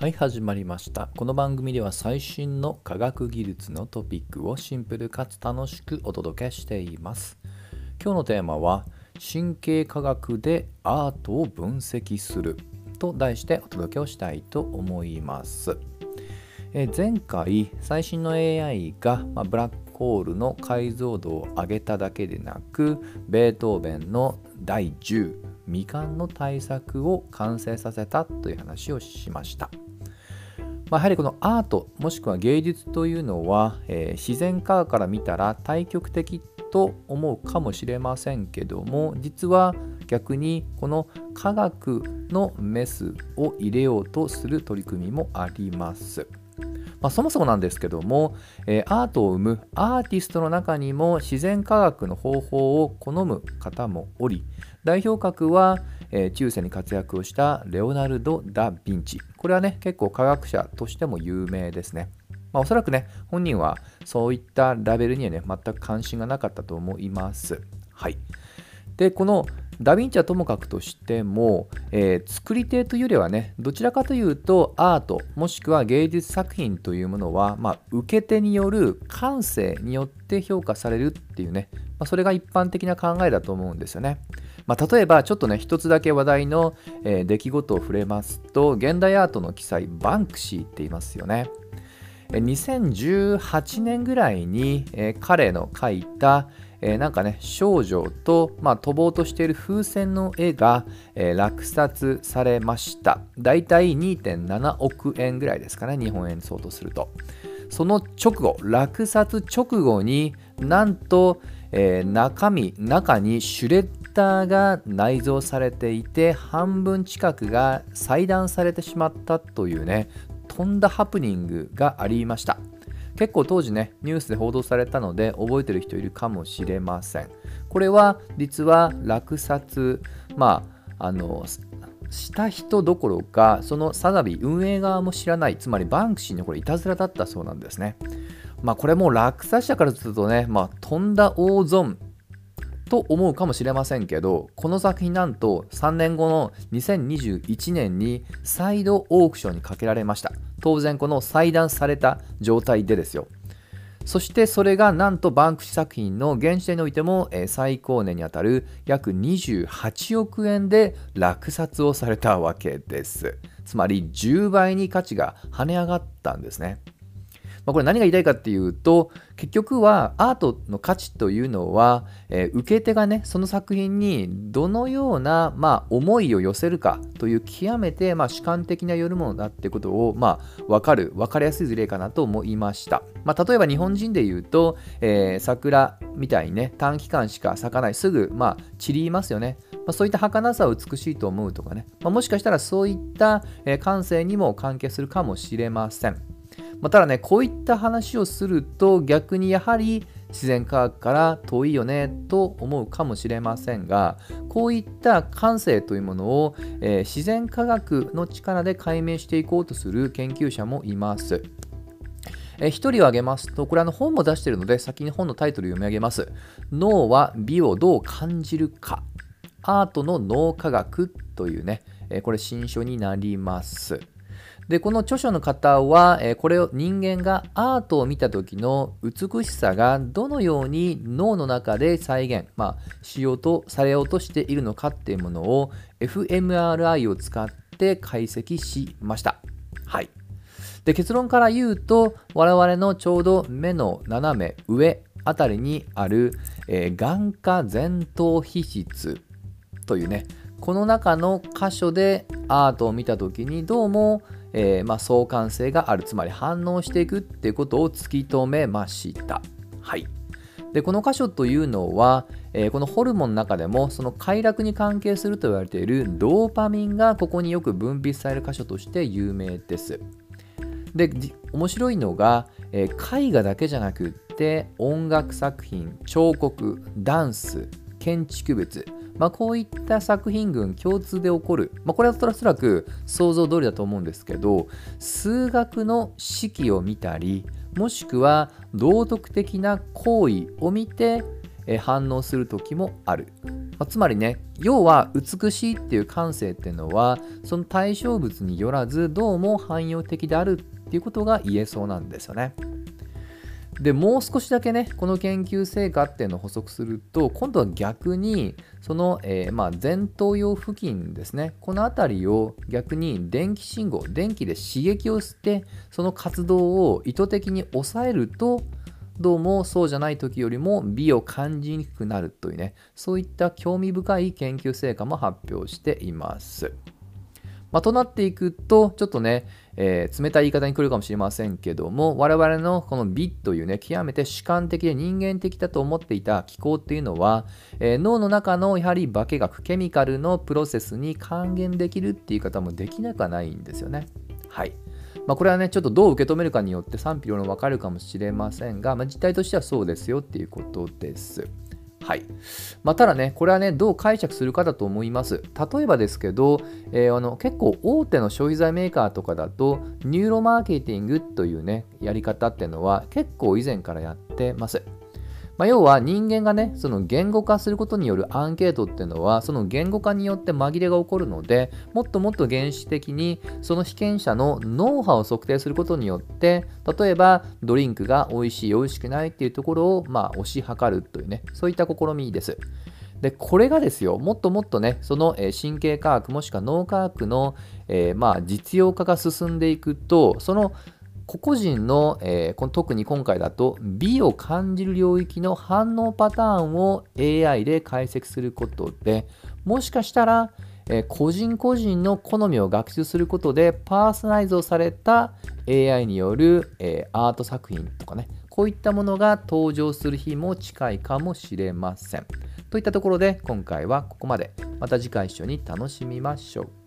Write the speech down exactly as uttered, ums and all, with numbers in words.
はい、始まりました。この番組では最新の科学技術のトピックをシンプルかつ楽しくお届けしています。今日のテーマは神経科学でアートを分析すると題してお届けをしたいと思います。え前回最新の エーアイ が、まあ、ブラックホールの解像度を上げただけでなく、ベートーベンのだいじゅう未完の大作を完成させたという話をしました。まあ、やはりこのアートもしくは芸術というのは、えー、自然科学から見たら対極的と思うかもしれませんけども、実は逆にこの科学のメスを入れようとする取り組みもあります。まあ、そもそもなんですけども、えー、アートを生むアーティストの中にも自然科学の方法を好む方もおり、代表格は、えー、中世に活躍をしたレオナルド・ダ・ヴィンチ。これはね、結構科学者としても有名ですね。まあ、おそらくね、本人はそういったラベルにはね、全く関心がなかったと思います。はい。で、このダ・ヴィンチはともかくとしても、えー、作り手というよりはね、どちらかというとアートもしくは芸術作品というものは、まあ、受け手による感性によって評価されるっていうね、まあ、それが一般的な考えだと思うんですよね。まあ、例えばちょっとね一つだけ話題の、えー、出来事を触れますと、現代アートの奇才バンクシーって言いますよね。にせんじゅうはちねんぐらいに、えー、彼の描いたえー、なんかね少女と、まあ、飛ぼうとしている風船の絵が、えー、落札されました。だいたい にてんななおくえんぐらいですかね、日本円に相当すると。その直後、落札直後になんと、えー、中身中にシュレッダーが内蔵されていて、半分近くが裁断されてしまったというね、とんだハプニングがありました。結構当時ねニュースで報道されたので覚えてる人いるかもしれません。これは実は落札、まああのした人どころか、そのサザビー運営側も知らない、つまりバンクシーのこれいたずらだったそうなんですね。まあこれも落札者からするとね、まあとんだ大損と思うかもしれませんけど、この作品なんとさんねんごのにせんにじゅういちねんに再度オークションにかけられました。当然この裁断された状態でですよ。そしてそれがなんとバンクシー作品の現時点においても最高値にあたる約にじゅうはちおくえんで落札をされたわけです。つまりじゅうばいに価値が跳ね上がったんですね。まあ、これ何が言いたいかっていうと、結局はアートの価値というのは、えー、受け手がねその作品にどのような、まあ、思いを寄せるかという極めて、まあ、主観的なよるものだってことを、まあ、分かる分かりやすい事例かなと思いました。まあ、例えば日本人で言うと、えー、桜みたいにね短期間しか咲かない、すぐ、まあ、散りますよね。まあ、そういった儚さを美しいと思うとかね、まあ、もしかしたらそういった、えー、感性にも関係するかもしれません。まあ、ただね、こういった話をすると逆にやはり自然科学から遠いよねと思うかもしれませんが、こういった感性というものを、えー、自然科学の力で解明していこうとする研究者もいます。えー、一人を挙げますと、これあの本も出しているので先に本のタイトル読み上げます。脳は美をどう感じるか、アートの脳科学というね、えー、これ新書になります。でこの著書の方は、えー、これを人間がアートを見た時の美しさがどのように脳の中で再現、まあ、しようとされようとしているのかっていうものを エフエムアールアイ を使って解析しました。はい。で結論から言うと、我々のちょうど目の斜め上あたりにある、えー、眼下前頭皮質というね、この中の箇所でアートを見た時にどうもえーまあ、相関性がある、つまり反応していくっていうことを突き止めました。はい。でこの箇所というのは、えー、このホルモンの中でもその快楽に関係すると言われているドーパミンがここによく分泌される箇所として有名です。で面白いのが、えー、絵画だけじゃなくって音楽作品、彫刻、ダンス、建築物、まあ、こういった作品群共通で起こる、まあ、これはおそらく想像通りだと思うんですけど、数学の式を見たり、もしくは道徳的な行為を見て反応する時もある。 まあ、つまりね、要は美しいっていう感性っていうのはその対象物によらずどうも汎用的であるっていうことが言えそうなんですよね。でもう少しだけねこの研究成果っていうのを補足すると、今度は逆にその、えーまあ前頭葉付近ですね、この辺りを逆に電気信号電気で刺激をしてその活動を意図的に抑えると、どうもそうじゃない時よりも美を感じにくくなるというね、そういった興味深い研究成果も発表しています。まあ、となっていくとちょっとね、えー冷たい言い方に来るかもしれませんけども、我々のこの美というね極めて主観的で人間的だと思っていた気候っていうのは、えー脳の中のやはり化学ケミカルのプロセスに還元できるっていう言い方もできなくはないんですよね。はい。まあ、これはねちょっとどう受け止めるかによって賛否両論分かるかもしれませんが、まあ、実態としてはそうですよっていうことです。はい。まあ、ただね、これはね、どう解釈するかだと思います。例えばですけど、えーあの結構大手の消費財メーカーとかだと、ニューロマーケティングというね、やり方っていうのは結構以前からやってます。まあ、要は人間がね、その言語化することによるアンケートっていうのは、その言語化によって紛れが起こるので、もっともっと原始的にその被験者のノウハウを測定することによって、例えばドリンクが美味しい、美味しくないっていうところをまあ推し量るというね、そういった試みです。で、これがですよ、もっともっとね、その、えー神経科学もしくは脳科学の、えーまあ実用化が進んでいくと、その個々人の、えーこの特に今回だと美を感じる領域の反応パターンを エーアイ で解析することで、もしかしたら、えー個人個人の好みを学習することでパーソナライズをされた エーアイ による、えーアート作品とかね、こういったものが登場する日も近いかもしれません。といったところで今回はここまで。また次回一緒に楽しみましょう。